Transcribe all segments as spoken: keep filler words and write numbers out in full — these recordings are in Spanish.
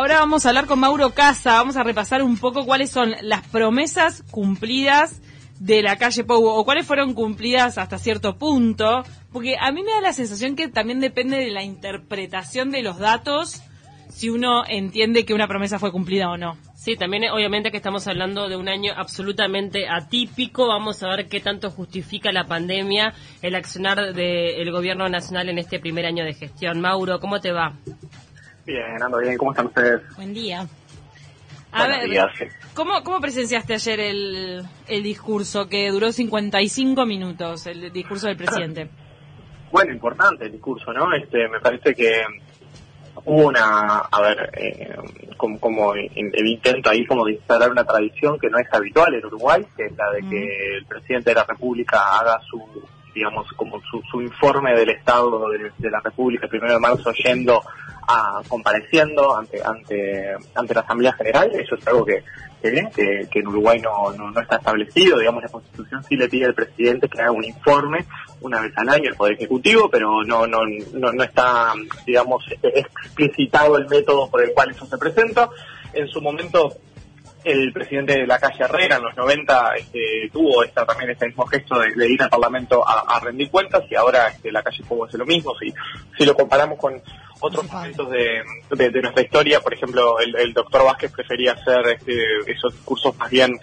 ahora vamos a hablar con Mauro Casa, vamos a repasar un poco cuáles son las promesas cumplidas de la calle Pou, o cuáles fueron cumplidas hasta cierto punto, porque a mí me da la sensación que también depende de la interpretación de los datos, si uno entiende que una promesa fue cumplida o no. Sí, también obviamente que estamos hablando de un año absolutamente atípico. Vamos a ver qué tanto justifica la pandemia el accionar del gobierno nacional en este primer año de gestión. Mauro, ¿cómo te va? Bien, ando bien. ¿Cómo están ustedes? Buen día. A Buenos ver, días, sí. ¿cómo, ¿cómo presenciaste ayer el, el discurso que duró cincuenta y cinco minutos, el discurso del presidente? Bueno, importante el discurso, ¿no? Este, me parece que hubo una, a ver, eh, como, como el, el intento ahí como de instalar una tradición que no es habitual en Uruguay, que es la de que mm. el presidente de la República haga su, digamos, como su, su informe del Estado de, de la República el primero de marzo yendo a, compareciendo ante, ante, ante la Asamblea General. Eso es algo que, que bien, que, que en Uruguay no, no, no está establecido. Digamos, la Constitución sí le pide al presidente que haga un informe una vez al año, el Poder Ejecutivo, pero no, no, no, no está, digamos, explicitado el método por el cual eso se presenta. En su momento, el presidente de la calle Herrera en los noventa este, tuvo esta, también este mismo gesto de, de ir al Parlamento a, a rendir cuentas, y ahora este, la calle Pou hace lo mismo. Si, si lo comparamos con otros momentos de, de, de nuestra historia, por ejemplo, el, el doctor Vázquez prefería hacer este, esos discursos más bien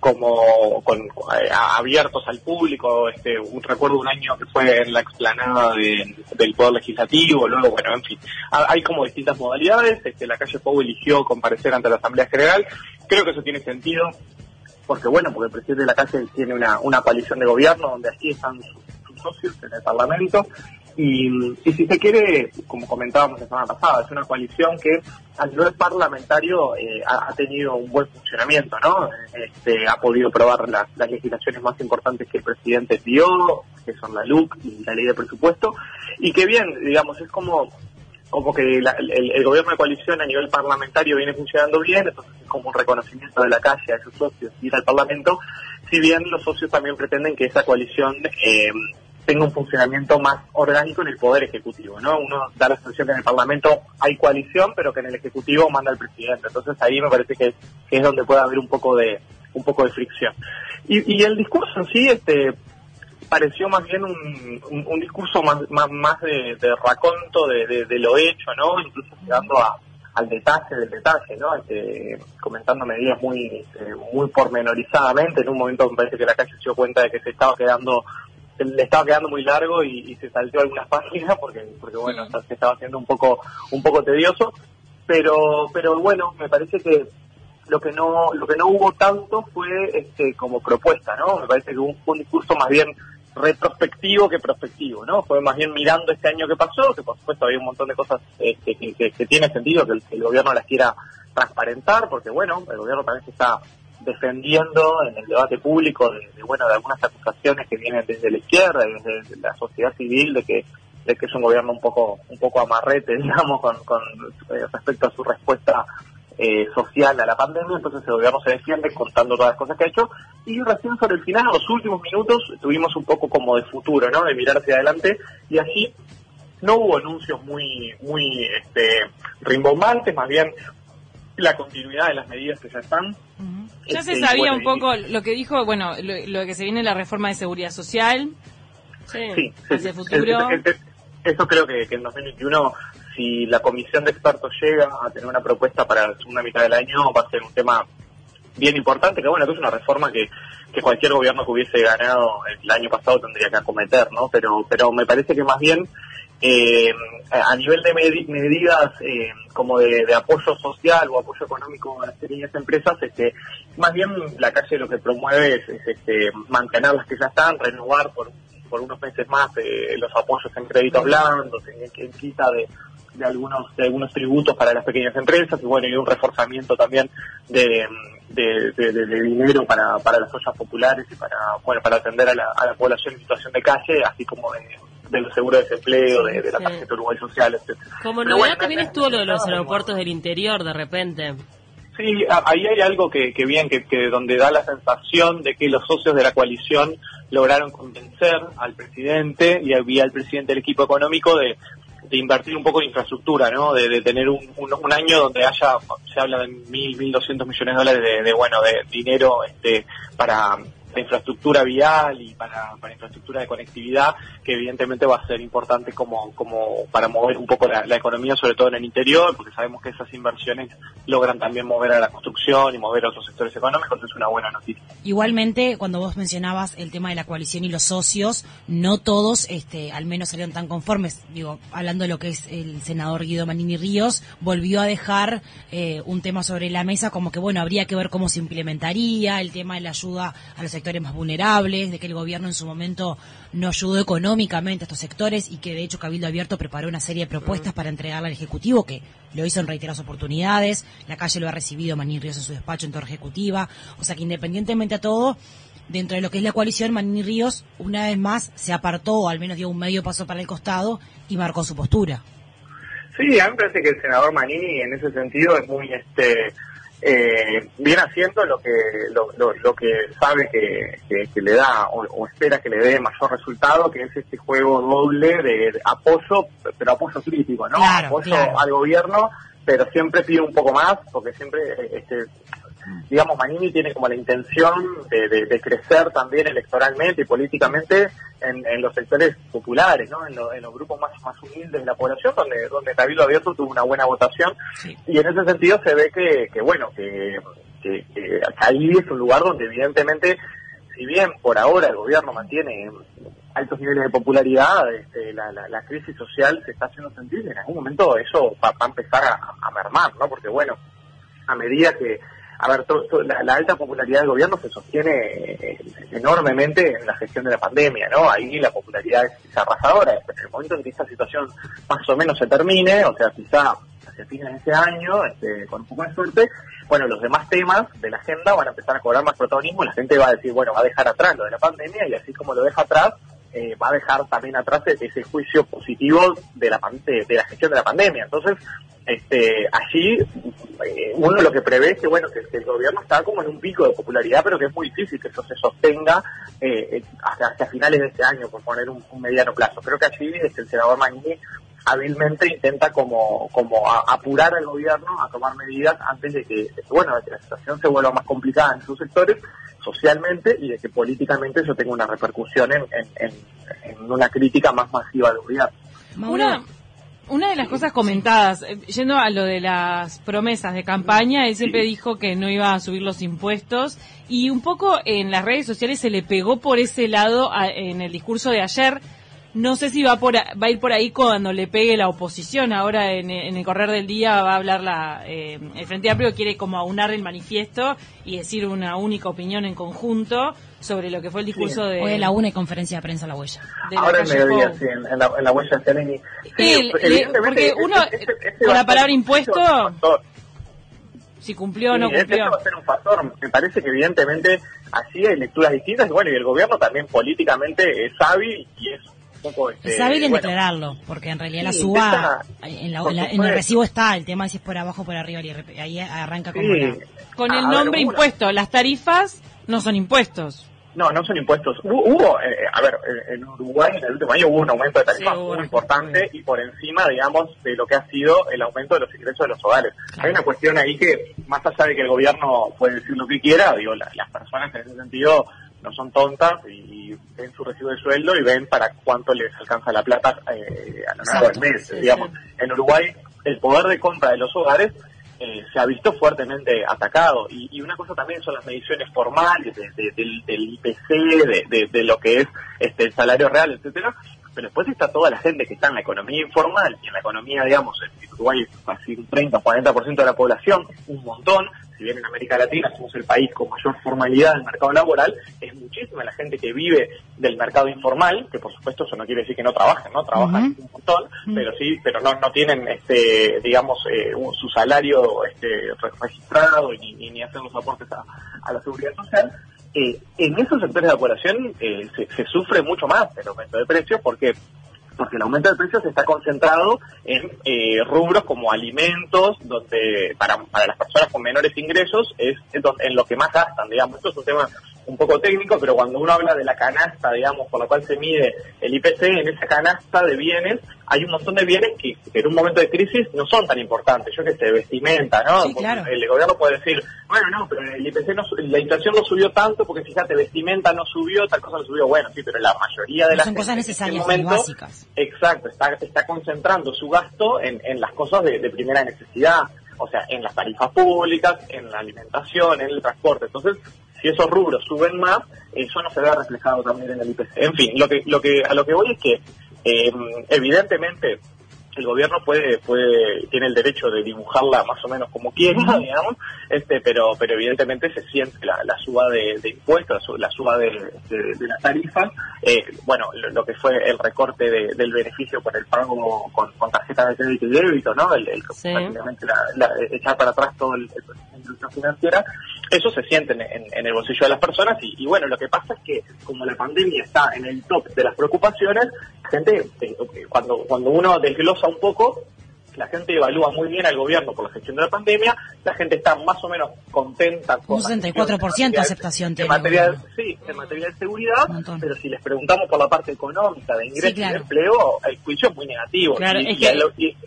como con, eh, abiertos al público. Este, un, recuerdo un año que fue en la explanada de, del Poder Legislativo. Luego, bueno, en fin, hay como distintas modalidades. Este, la calle Pou eligió comparecer ante la Asamblea General. Creo que eso tiene sentido, porque bueno, porque el presidente de la calle tiene una, una coalición de gobierno donde aquí están sus, sus socios en el Parlamento. Y, y si se quiere, como comentábamos la semana pasada, es una coalición que a nivel parlamentario eh, ha, ha tenido un buen funcionamiento, ¿no? Este, ha podido aprobar las, las legislaciones más importantes que el presidente pidió, que son la L U C y la ley de presupuesto, y que bien, digamos, es como, como que la, el, el gobierno de coalición a nivel parlamentario viene funcionando bien, entonces es como un reconocimiento de la calle a sus socios ir al Parlamento, si bien los socios también pretenden que esa coalición eh, tenga un funcionamiento más orgánico en el Poder Ejecutivo, ¿no? Uno da la sensación que en el Parlamento hay coalición, pero que en el Ejecutivo manda el presidente. Entonces ahí me parece que, que es donde puede haber un poco de un poco de fricción. Y, y el discurso en sí este pareció más bien un, un, un discurso más más, más de, de raconto de, de, de lo hecho, ¿no? Incluso llegando a, al detalle del detalle, ¿no? Este, comentando medidas muy eh, muy pormenorizadamente. En un momento me parece que la calle se dio cuenta de que se estaba quedando le estaba quedando muy largo y, y se salteó algunas páginas porque porque bueno, sí. se estaba haciendo un poco un poco tedioso, pero pero bueno, me parece que lo que no lo que no hubo tanto fue este como propuesta, ¿no? Me parece que hubo un, un discurso más bien retrospectivo que prospectivo, ¿no? Fue más bien mirando este año que pasó, que por supuesto había un montón de cosas este, que, que, que tiene sentido que el, que el gobierno las quiera transparentar, porque bueno, el gobierno también se está defendiendo en el debate público de, de bueno de algunas acusaciones que vienen desde la izquierda y desde la sociedad civil de que de que es un gobierno un poco un poco amarrete, digamos, con, con eh, respecto a su respuesta eh, social a la pandemia. Entonces el gobierno se defiende contando todas las cosas que ha hecho, y recién sobre el final, los últimos minutos, tuvimos un poco como de futuro, ¿no? De mirar hacia adelante, y así no hubo anuncios muy muy este rimbombantes, más bien la continuidad de las medidas que ya están. Uh-huh. Ya se sabía un poco lo que dijo, bueno, lo, lo que se viene la reforma de seguridad social. Sí, sí, hacia el futuro. Es, es, es, eso creo que, que en dos mil veintiuno, si la comisión de expertos llega a tener una propuesta para la segunda mitad del año, va a ser un tema bien importante, que bueno, que es una reforma que, que cualquier gobierno que hubiese ganado el año pasado tendría que acometer, ¿no? Pero, pero me parece que más bien Eh, a nivel de med- medidas eh, como de, de apoyo social o apoyo económico a las pequeñas empresas, este, más bien la calle lo que promueve es, es este, mantener las que ya están, renovar por, por unos meses más eh, los apoyos en créditos blandos, en, en quita de, de algunos de algunos tributos para las pequeñas empresas, y bueno, y un reforzamiento también de de, de, de, de dinero para, para las ollas populares y para bueno para atender a la, a la población en situación de calle, así como de de los seguros de desempleo, de, de la tarjeta sí. Uruguay Social, etcétera. Como novedad bueno, también estuvo lo de los aeropuertos del interior, de repente. Sí, ahí hay algo que, que bien, que, que donde da la sensación de que los socios de la coalición lograron convencer al presidente y al presidente del equipo económico de, de invertir un poco en infraestructura, ¿no? De, de tener un, un, un año donde haya, se habla de mil, mil doscientos millones de dólares de, de bueno, de dinero este para de infraestructura vial y para, para infraestructura de conectividad, que evidentemente va a ser importante como, como para mover un poco la, la economía, sobre todo en el interior, porque sabemos que esas inversiones logran también mover a la construcción y mover a otros sectores económicos. Es una buena noticia. Igualmente, cuando vos mencionabas el tema de la coalición y los socios, no todos, este, al menos salieron tan conformes. Digo, hablando de lo que es el senador Guido Manini Ríos, volvió a dejar eh, un tema sobre la mesa, como que bueno, habría que ver cómo se implementaría el tema de la ayuda a los sectores más vulnerables, de que el gobierno en su momento no ayudó económicamente a estos sectores y que de hecho Cabildo Abierto preparó una serie de propuestas para entregarle al Ejecutivo, que lo hizo en reiteradas oportunidades. La calle lo ha recibido Manini Ríos en su despacho en Torre Ejecutiva. O sea que independientemente a todo, dentro de lo que es la coalición, Manini Ríos una vez más se apartó, o al menos dio un medio paso para el costado y marcó su postura. Sí, a mí me parece que el senador Manini en ese sentido es muy este eh, viene haciendo lo que lo, lo, lo que sabe que, que, que le da o, o espera que le dé mayor resultado, que es este juego doble de, de apoyo, pero apoyo crítico, ¿no? Claro, apoyo claro. al gobierno, pero siempre pide un poco más, porque siempre este digamos, Manini tiene como la intención de, de, de crecer también electoralmente y políticamente en, en los sectores populares, ¿no? En, lo, en los grupos más, más humildes de la población, donde donde Cabildo Abierto tuvo una buena votación. Sí. Y en ese sentido se ve que, que bueno, que, que, que ahí es un lugar donde evidentemente, si bien por ahora el gobierno mantiene altos niveles de popularidad, este, la, la, la crisis social se está haciendo sentir, y en algún momento eso va, va a empezar a, a mermar, ¿no? Porque bueno, a medida que A ver, to, to, la, la alta popularidad del gobierno se sostiene eh, enormemente en la gestión de la pandemia, ¿no? Ahí la popularidad es, es arrasadora. En el momento en que esta situación más o menos se termine, o sea, quizá hacia fines de ese año, este, con un poco de suerte, bueno, los demás temas de la agenda van a empezar a cobrar más protagonismo. La gente va a decir, bueno, va a dejar atrás lo de la pandemia, y así como lo deja atrás, eh, va a dejar también atrás ese juicio positivo de la, de, de la gestión de la pandemia. Entonces, este, allí eh, uno lo que prevé es que bueno que, que el gobierno está como en un pico de popularidad, pero que es muy difícil que eso se sostenga eh, hacia, hacia finales de este año, por poner un, un mediano plazo. Creo que allí este, el senador Manini hábilmente intenta como como a, apurar al gobierno a tomar medidas antes de que, de que bueno de que la situación se vuelva más complicada en sus sectores socialmente, y de que políticamente eso tenga una repercusión en, en, en, en una crítica más masiva del gobierno. Una Una de las cosas comentadas, yendo a lo de las promesas de campaña, él siempre dijo que no iba a subir los impuestos, y un poco en las redes sociales se le pegó por ese lado a, en el discurso de ayer. No sé si va por a, va a ir por ahí cuando le pegue la oposición. Ahora en, en el correr del día va a hablar la eh, el Frente Amplio, quiere como aunar el manifiesto y decir una única opinión en conjunto sobre lo que fue el discurso sí. de... Hoy en la una y conferencia de prensa La Huella. Ahora en mediodía, sí, en, en, la, en la Huella de Seleni. Sí, Él, le, porque uno, este, este, este con la palabra impuesto, si cumplió o sí, no cumplió. Eso va a ser un factor. Me parece que evidentemente así hay lecturas distintas, y bueno, y el gobierno también políticamente es hábil y es un poco... Este, es hábil en bueno, declararlo, porque en realidad sí, la suba, en, la, en, la, en el recibo está, el tema si es por abajo o por arriba, y ahí arranca como sí. la... Con el nombre ver, impuesto, una... las tarifas no son impuestos. No, no son impuestos. Hubo, eh, a ver, en Uruguay en el último año hubo un aumento de tarifas sí, muy bueno, importante sí. y por encima, digamos, de lo que ha sido el aumento de los ingresos de los hogares. Claro. Hay una cuestión ahí que, más allá de que el gobierno puede decir lo que quiera, digo, la, las personas en ese sentido no son tontas y ven su recibo de sueldo y ven para cuánto les alcanza la plata eh, a lo largo del mes. Sí, digamos, sí. En Uruguay el poder de compra de los hogares Eh, se ha visto fuertemente atacado, y, y una cosa también son las mediciones formales de, de, del, del I P C, de, de, de lo que es este el salario real, etcétera, pero después está toda la gente que está en la economía informal, y en la economía, digamos, en Uruguay es casi un treinta o cuarenta por ciento de la población, un montón. Si bien en América Latina somos el país con mayor formalidad del mercado laboral, es muchísima la gente que vive del mercado informal, que por supuesto eso no quiere decir que no trabajen, ¿no? Trabajan uh-huh. un montón, uh-huh. pero sí, pero no no tienen, este digamos, eh, un, su salario este registrado, ni, ni, ni hacen los aportes a, a la seguridad social. Eh, en esos sectores de la población eh, se, se sufre mucho más el aumento de precios, porque porque el aumento de precios está concentrado en eh, rubros como alimentos, donde para, para las personas con menores ingresos es en lo que más gastan, digamos. Esto es un tema un poco técnico, pero cuando uno habla de la canasta, digamos, por la cual se mide el I P C, en esa canasta de bienes hay un montón de bienes que, que en un momento de crisis no son tan importantes. Yo que sé, vestimenta, ¿no? Sí, claro. El gobierno puede decir, bueno, no, pero el I P C, no, la inflación no subió tanto porque fíjate, vestimenta no subió, tal cosa no subió. Bueno, sí, pero la mayoría de no las son cosas necesarias en este y momento, básicas. Exacto, está, está concentrando su gasto en, en las cosas de, de primera necesidad. O sea, en las tarifas públicas, en la alimentación, en el transporte. Entonces, si esos rubros suben más, eso no se ve reflejado también en el I P C. En fin, lo que, lo que, a lo que voy es que, eh, evidentemente, el gobierno puede, puede, tiene el derecho de dibujarla más o menos como quiera, digamos, este, pero, pero evidentemente se siente la, la suba de, de impuestos, la, suba, la suba de, de, de las tarifas, eh, bueno, lo, lo que fue el recorte de, del beneficio por el pago con, con tarjetas de crédito y débito, ¿no? El, el sí. prácticamente la, la, echar para atrás todo el, el industria financiera, eso se siente en, en, en el bolsillo de las personas y, y bueno, lo que pasa es que como la pandemia está en el top de las preocupaciones, la gente, eh, cuando, cuando uno desglosa un poco, la gente evalúa muy bien al gobierno por la gestión de la pandemia, la gente está más o menos contenta con un sesenta y cuatro por ciento de aceptación en materia, sí, en materia de seguridad, pero si les preguntamos por la parte económica, de ingresos sí, claro. y de empleo, el juicio es muy negativo. Claro, y, es y, que... y, y,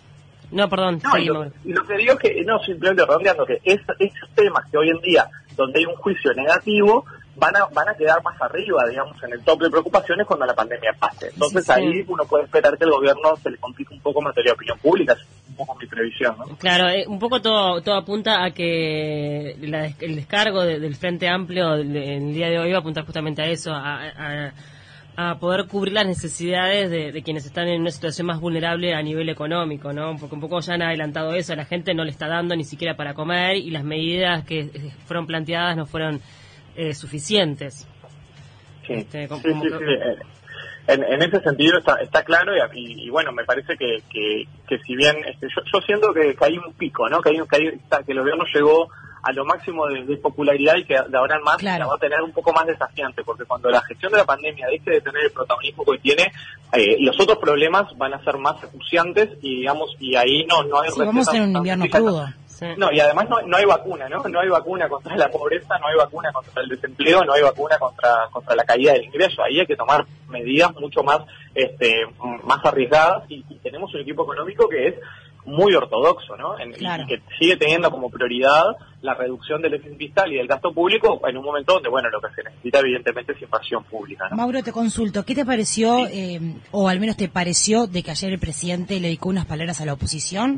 no, perdón. No, y lo, y lo que digo es que, no, simplemente redondeando, que es, esos temas que hoy en día, donde hay un juicio negativo, van a van a quedar más arriba, digamos, en el top de preocupaciones cuando la pandemia pase. Entonces sí, sí. ahí uno puede esperar que el gobierno se le complique un poco en materia de opinión pública, es un poco mi previsión, ¿no? Claro, eh, un poco todo todo apunta a que la, el descargo de, del Frente Amplio el, el día de hoy va a apuntar justamente a eso, a... a a poder cubrir las necesidades de, de quienes están en una situación más vulnerable a nivel económico, ¿no? Porque un poco ya han adelantado eso, a la gente no le está dando ni siquiera para comer y las medidas que fueron planteadas no fueron eh, suficientes. Sí, este, sí, sí, que... sí. En, en ese sentido está está claro y, y, y bueno, me parece que, que, que si bien este, yo, yo siento que, que hay un pico, ¿no? Que, hay, que, hay, que el gobierno llegó a lo máximo de, de popularidad y que de ahora en más claro. la va a tener un poco más desafiante, porque cuando la gestión de la pandemia deje de tener el protagonismo que tiene, eh, los otros problemas van a ser más acuciantes y digamos y ahí no no hay sí, vamos a tener un invierno crudo. Sí. No, y además no, no hay vacuna, ¿no? No hay vacuna contra la pobreza, no hay vacuna contra el desempleo, no hay vacuna contra contra la caída del ingreso. Ahí hay que tomar medidas mucho más este más arriesgadas y, y tenemos un equipo económico que es muy ortodoxo, ¿no? En, claro. Y que sigue teniendo como prioridad la reducción del déficit fiscal y del gasto público en un momento donde, bueno, lo que se necesita evidentemente es inversión pública, ¿no? Mauro, te consulto, ¿qué te pareció, sí. eh, o al menos te pareció, de que ayer el presidente le dedicó unas palabras a la oposición?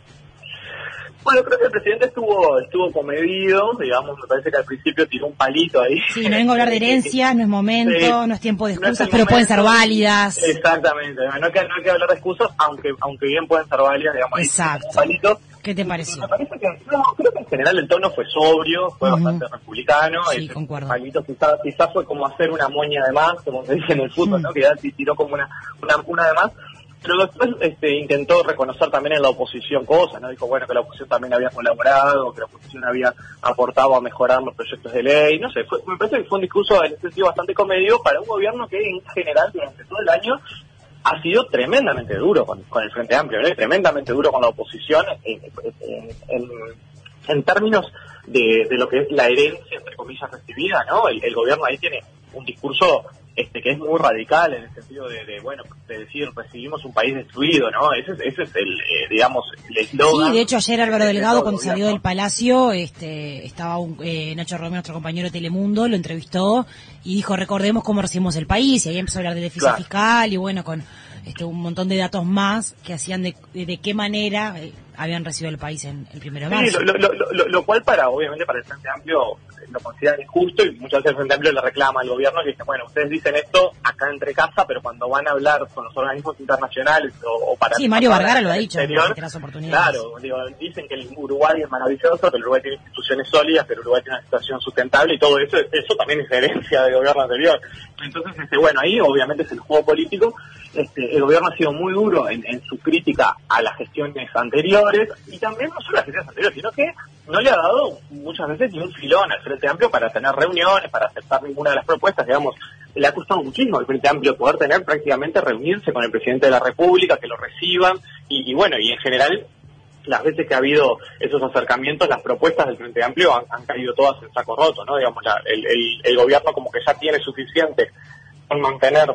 Bueno, creo que el presidente estuvo estuvo comedido, digamos, me parece que al principio tiró un palito ahí. Sí, no vengo a hablar de herencia, no es momento, sí, no es tiempo de excusas, no pero momento, pueden ser válidas. Exactamente, no hay, que, no hay que hablar de excusas, aunque aunque bien pueden ser válidas, digamos. Exacto. Un palito. ¿Qué te pareció? Me parece que, no, creo que en general el tono fue sobrio, fue uh-huh. bastante republicano. Sí, el, concuerdo. El palito quizás quizá fue como hacer una moña de más, como se dice en el fútbol, uh-huh. ¿no? Que ya tiró como una, una, una de más. Pero después este, intentó reconocer también en la oposición cosas, ¿no? Dijo, bueno, que la oposición también había colaborado, que la oposición había aportado a mejorar los proyectos de ley, no sé, fue, me parece que fue un discurso en ese sentido bastante comedido para un gobierno que en general durante todo el año ha sido tremendamente duro con, con el Frente Amplio, ¿no? Tremendamente duro con la oposición en, en, en, en términos de, de lo que es la herencia, entre comillas, recibida, ¿no? El, el gobierno ahí tiene un discurso este que es muy radical en el sentido de, de bueno, de decir, recibimos un país destruido, ¿no? Ese, ese es el, eh, digamos, el eslogan. Sí, de hecho ayer Álvaro Delgado, cuando salió del Palacio, este estaba un, eh, Nacho Romero, nuestro compañero de Telemundo, lo entrevistó y dijo, recordemos cómo recibimos el país, y ahí empezó a hablar de déficit claro. fiscal y bueno, con este un montón de datos más que hacían de, de, de qué manera eh, habían recibido el país en el primero de marzo. Sí, lo, lo, lo, lo cual para, obviamente, para el Frente Amplio lo consideran injusto y muchas veces el Frente Amplio le reclama al gobierno que dice, bueno, ustedes dicen esto acá entre casa, pero cuando van a hablar con los organismos internacionales o, o para... Sí, Mario Vergara lo ha dicho. Exterior, las oportunidades. Claro, digo, dicen que el Uruguay es maravilloso, que el Uruguay tiene instituciones sólidas, que el Uruguay tiene una situación sustentable y todo eso, eso también es herencia del gobierno anterior. Entonces, este, bueno, ahí obviamente es el juego político. Este, el gobierno ha sido muy duro en, en su crítica a las gestiones anteriores y también no solo a las gestiones anteriores, sino que no le ha dado muchas veces ni un filón al Frente Amplio para tener reuniones, para aceptar ninguna de las propuestas, digamos. Le ha costado muchísimo al Frente Amplio poder tener prácticamente reunirse con el presidente de la República, que lo reciban y, y bueno, y en general las veces que ha habido esos acercamientos, las propuestas del Frente Amplio han, han caído todas en saco roto, ¿no? Digamos, la, el, el, el gobierno como que ya tiene suficiente con mantener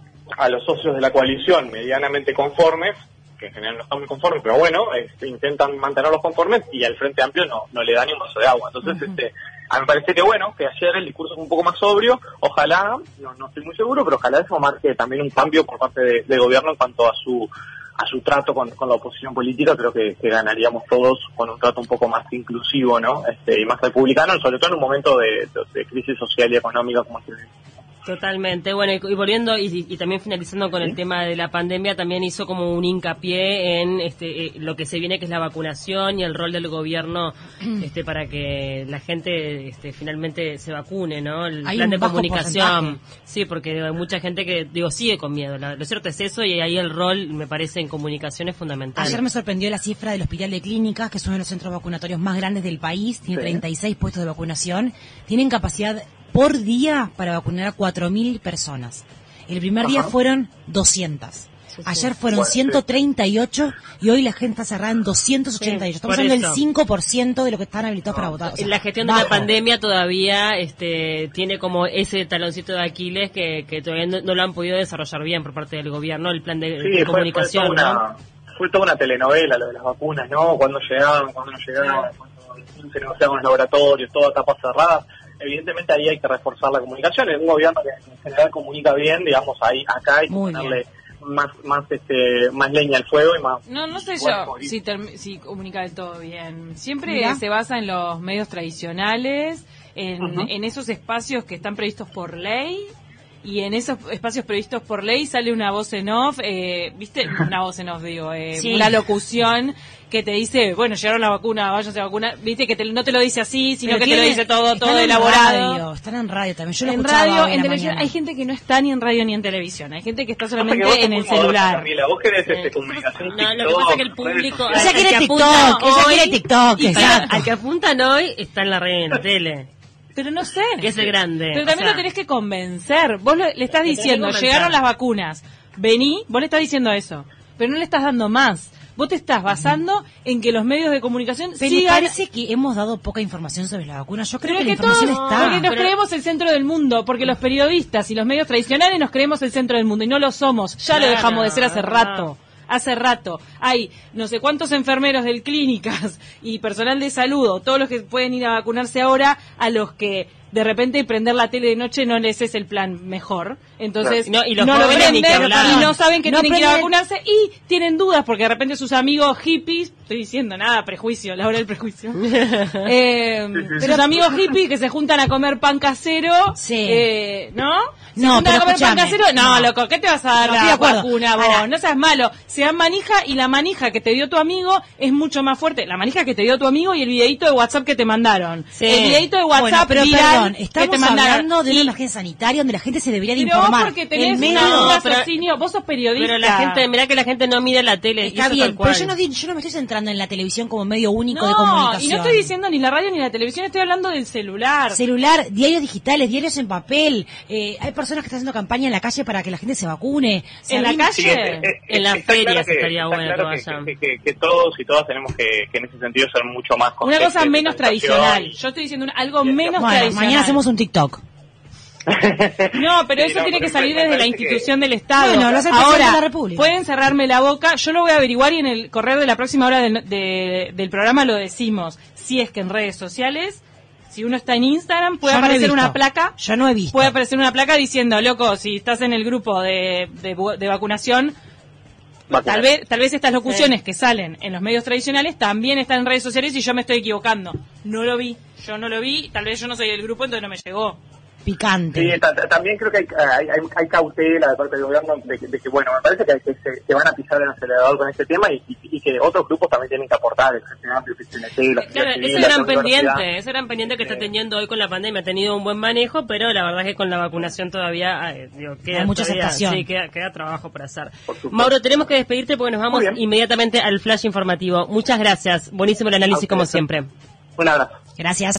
a los socios de la coalición medianamente conformes, que en general no están muy conformes, pero bueno, este, intentan mantenerlos conformes y al Frente Amplio no, no le da ni un vaso de agua. Entonces, uh-huh. este, a mí me parece que bueno, que ayer el discurso es un poco más sobrio, ojalá, no, no estoy muy seguro, pero ojalá eso marque también un cambio por parte de, del gobierno en cuanto a su a su trato con, con la oposición política. Creo que, que ganaríamos todos con un trato un poco más inclusivo, ¿no? Este, y más republicano, sobre todo en un momento de, de, de crisis social y económica como este. Totalmente. Bueno, y, y volviendo y, y también finalizando con ¿Sí? el tema de la pandemia, también hizo como un hincapié en este eh, lo que se viene, que es la vacunación y el rol del gobierno este para que la gente este finalmente se vacune, ¿no? El hay plan un de bajo comunicación. porcentaje. Sí, porque hay mucha gente que, digo, sigue con miedo. La, lo cierto es eso, y ahí el rol, me parece, en comunicación es fundamental. Ayer me sorprendió la cifra del Hospital de Clínicas, que es uno de los centros vacunatorios más grandes del país, tiene sí. treinta y seis puestos de vacunación, tienen capacidad por día para vacunar a cuatro mil personas. El primer Ajá. día fueron doscientas. Sí, sí. Ayer fueron bueno, ciento treinta y ocho sí. y hoy la gente está cerrada en doscientos ochenta y ocho. Sí, Estamos hablando del cinco por ciento de lo que están habilitados no. para votar. O sea, la gestión bajo. de la pandemia todavía este tiene como ese taloncito de Aquiles que, que todavía no, no lo han podido desarrollar bien por parte del gobierno, el plan de, sí, de fue, comunicación, fue toda ¿no? Una, fue toda una telenovela lo de las vacunas, ¿no? Cuando llegaban, cuando no llegaban, cuando se negociaban los laboratorios, toda etapa cerrada. Evidentemente ahí hay que reforzar la comunicación. Es un gobierno que en general comunica bien, digamos, ahí acá hay que Muy ponerle más más este más leña al fuego y más. No, no sé yo si, term- si comunica del todo bien. Siempre Mira. se basa en los medios tradicionales, en, uh-huh. en esos espacios que están previstos por ley. Y en esos espacios previstos por ley sale una voz en off, eh, ¿viste? Una voz en off, digo, eh, sí. una locución que te dice, bueno, llegaron la vacuna, váyanse a vacunar. ¿Viste? Que te, no te lo dice así, sino Pero que tiene, te lo dice todo todo en elaborado. Radio, están en radio también. Yo lo en escuchaba radio, hoy en la televisión. mañana. Hay gente que no está ni en radio ni en televisión. Hay gente que está solamente que en el celular. Camila, vos querés sí. este, comunicación. No, TikTok, lo que pasa es que el público... Ella quiere TikTok, ella quiere TikTok. Exacto. Al que apuntan hoy está en la red, en la tele. Pero no sé. Que es el grande. Pero también o sea, lo tenés que convencer. Vos lo, le estás diciendo, llegaron las vacunas, vení, vos le estás diciendo eso, pero no le estás dando más. Vos te estás basando en que los medios de comunicación pero sigan... me parece que hemos dado poca información sobre la vacuna. Yo creo pero que, que la información todos, está. Porque nos pero... creemos el centro del mundo, porque los periodistas y los medios tradicionales nos creemos el centro del mundo y no lo somos. Ya claro, lo dejamos de ser hace rato. Hace rato hay no sé cuántos enfermeros del clínicas y personal de salud, o todos los que pueden ir a vacunarse ahora, a los que de repente prender la tele de noche no les es el plan mejor. Entonces no, y los no lo venden ni y no saben que no tienen que ir a prenden... vacunarse y tienen dudas porque de repente sus amigos hippies, estoy diciendo nada, prejuicio, la hora del prejuicio, eh, sus amigos hippies que se juntan a comer pan casero, sí. eh, ¿no? Se no, juntan pero a comer escuchame. pan casero, no, no, loco, ¿qué te vas a dar no, la acuerdo. vacuna vos? Ahora, no seas malo, se dan manija y la manija que te dio tu amigo es mucho más fuerte, la manija que te dio tu amigo y el videito de WhatsApp que te mandaron. Sí. El videito de WhatsApp bueno, pero viral perdón, que estamos te mandaron. hablando de una Y- emergencia sanitaria donde la gente se debería de Pero informar. vos porque tenés El medio- una- un No, pero- raciocinio, vos sos periodista. Pero la gente, mirá que la gente no mide la tele. y Está eso bien, tal cual. pero yo no, di- yo no me estoy centrando en la televisión como medio único de No, comunicación. y no estoy diciendo ni la radio ni la televisión, estoy hablando del celular. Celular, diarios digitales, diarios en papel. Eh, hay personas que están haciendo campaña en la calle para que la gente se vacune. Se ¿En la brinda- calle? Sí, es- es- En las está ferias claro que- estaría está bueno claro que que, vayan. que, que, que todos y todas tenemos que, que en ese sentido ser mucho más Una conscientes cosa de menos la situación. tradicional. Yo estoy diciendo un- algo y- menos Bueno, tradicional. mañana hacemos un TikTok. No, pero Sí, eso no, tiene pero que salir me desde la parece que- institución del Estado. Bueno, lo hace el presidente Ahora, de la República. pueden cerrarme la boca. Yo lo voy a averiguar y en el correo de la próxima hora del, de- del programa lo decimos. Si es que en redes sociales, si uno está en Instagram, puede Yo no he aparecer visto. una placa. Yo no he visto. Puede aparecer una placa diciendo, loco, si estás en el grupo de, de, bu- de vacunación, Vacunar. tal vez tal vez estas locuciones que salen en los medios tradicionales también están en redes sociales y yo me estoy equivocando. No lo vi. Yo no lo vi. Tal vez yo no soy del grupo, entonces no me llegó. Picante. Sí, ta- ta- también creo que hay, hay, hay, hay cautela de parte del gobierno de, que- de que, bueno, me parece que, que se, se van a pisar el acelerador con este tema y, y, y que otros grupos también tienen que aportar, el Frente Amplio, el P C N T, la Claro, sociedad civil, ese la gran universidad. pendiente, ese gran pendiente que está Sí. teniendo hoy con la pandemia. Ha tenido un buen manejo, pero la verdad es que con la vacunación todavía eh, digo, queda, Hay mucha todavía- aceptación. sí, queda, queda trabajo por hacer. Por supuesto. Mauro, tenemos que despedirte porque nos vamos Muy bien. inmediatamente al flash informativo. Muchas gracias. Buenísimo el análisis A como ustedes. siempre. Un abrazo. Gracias.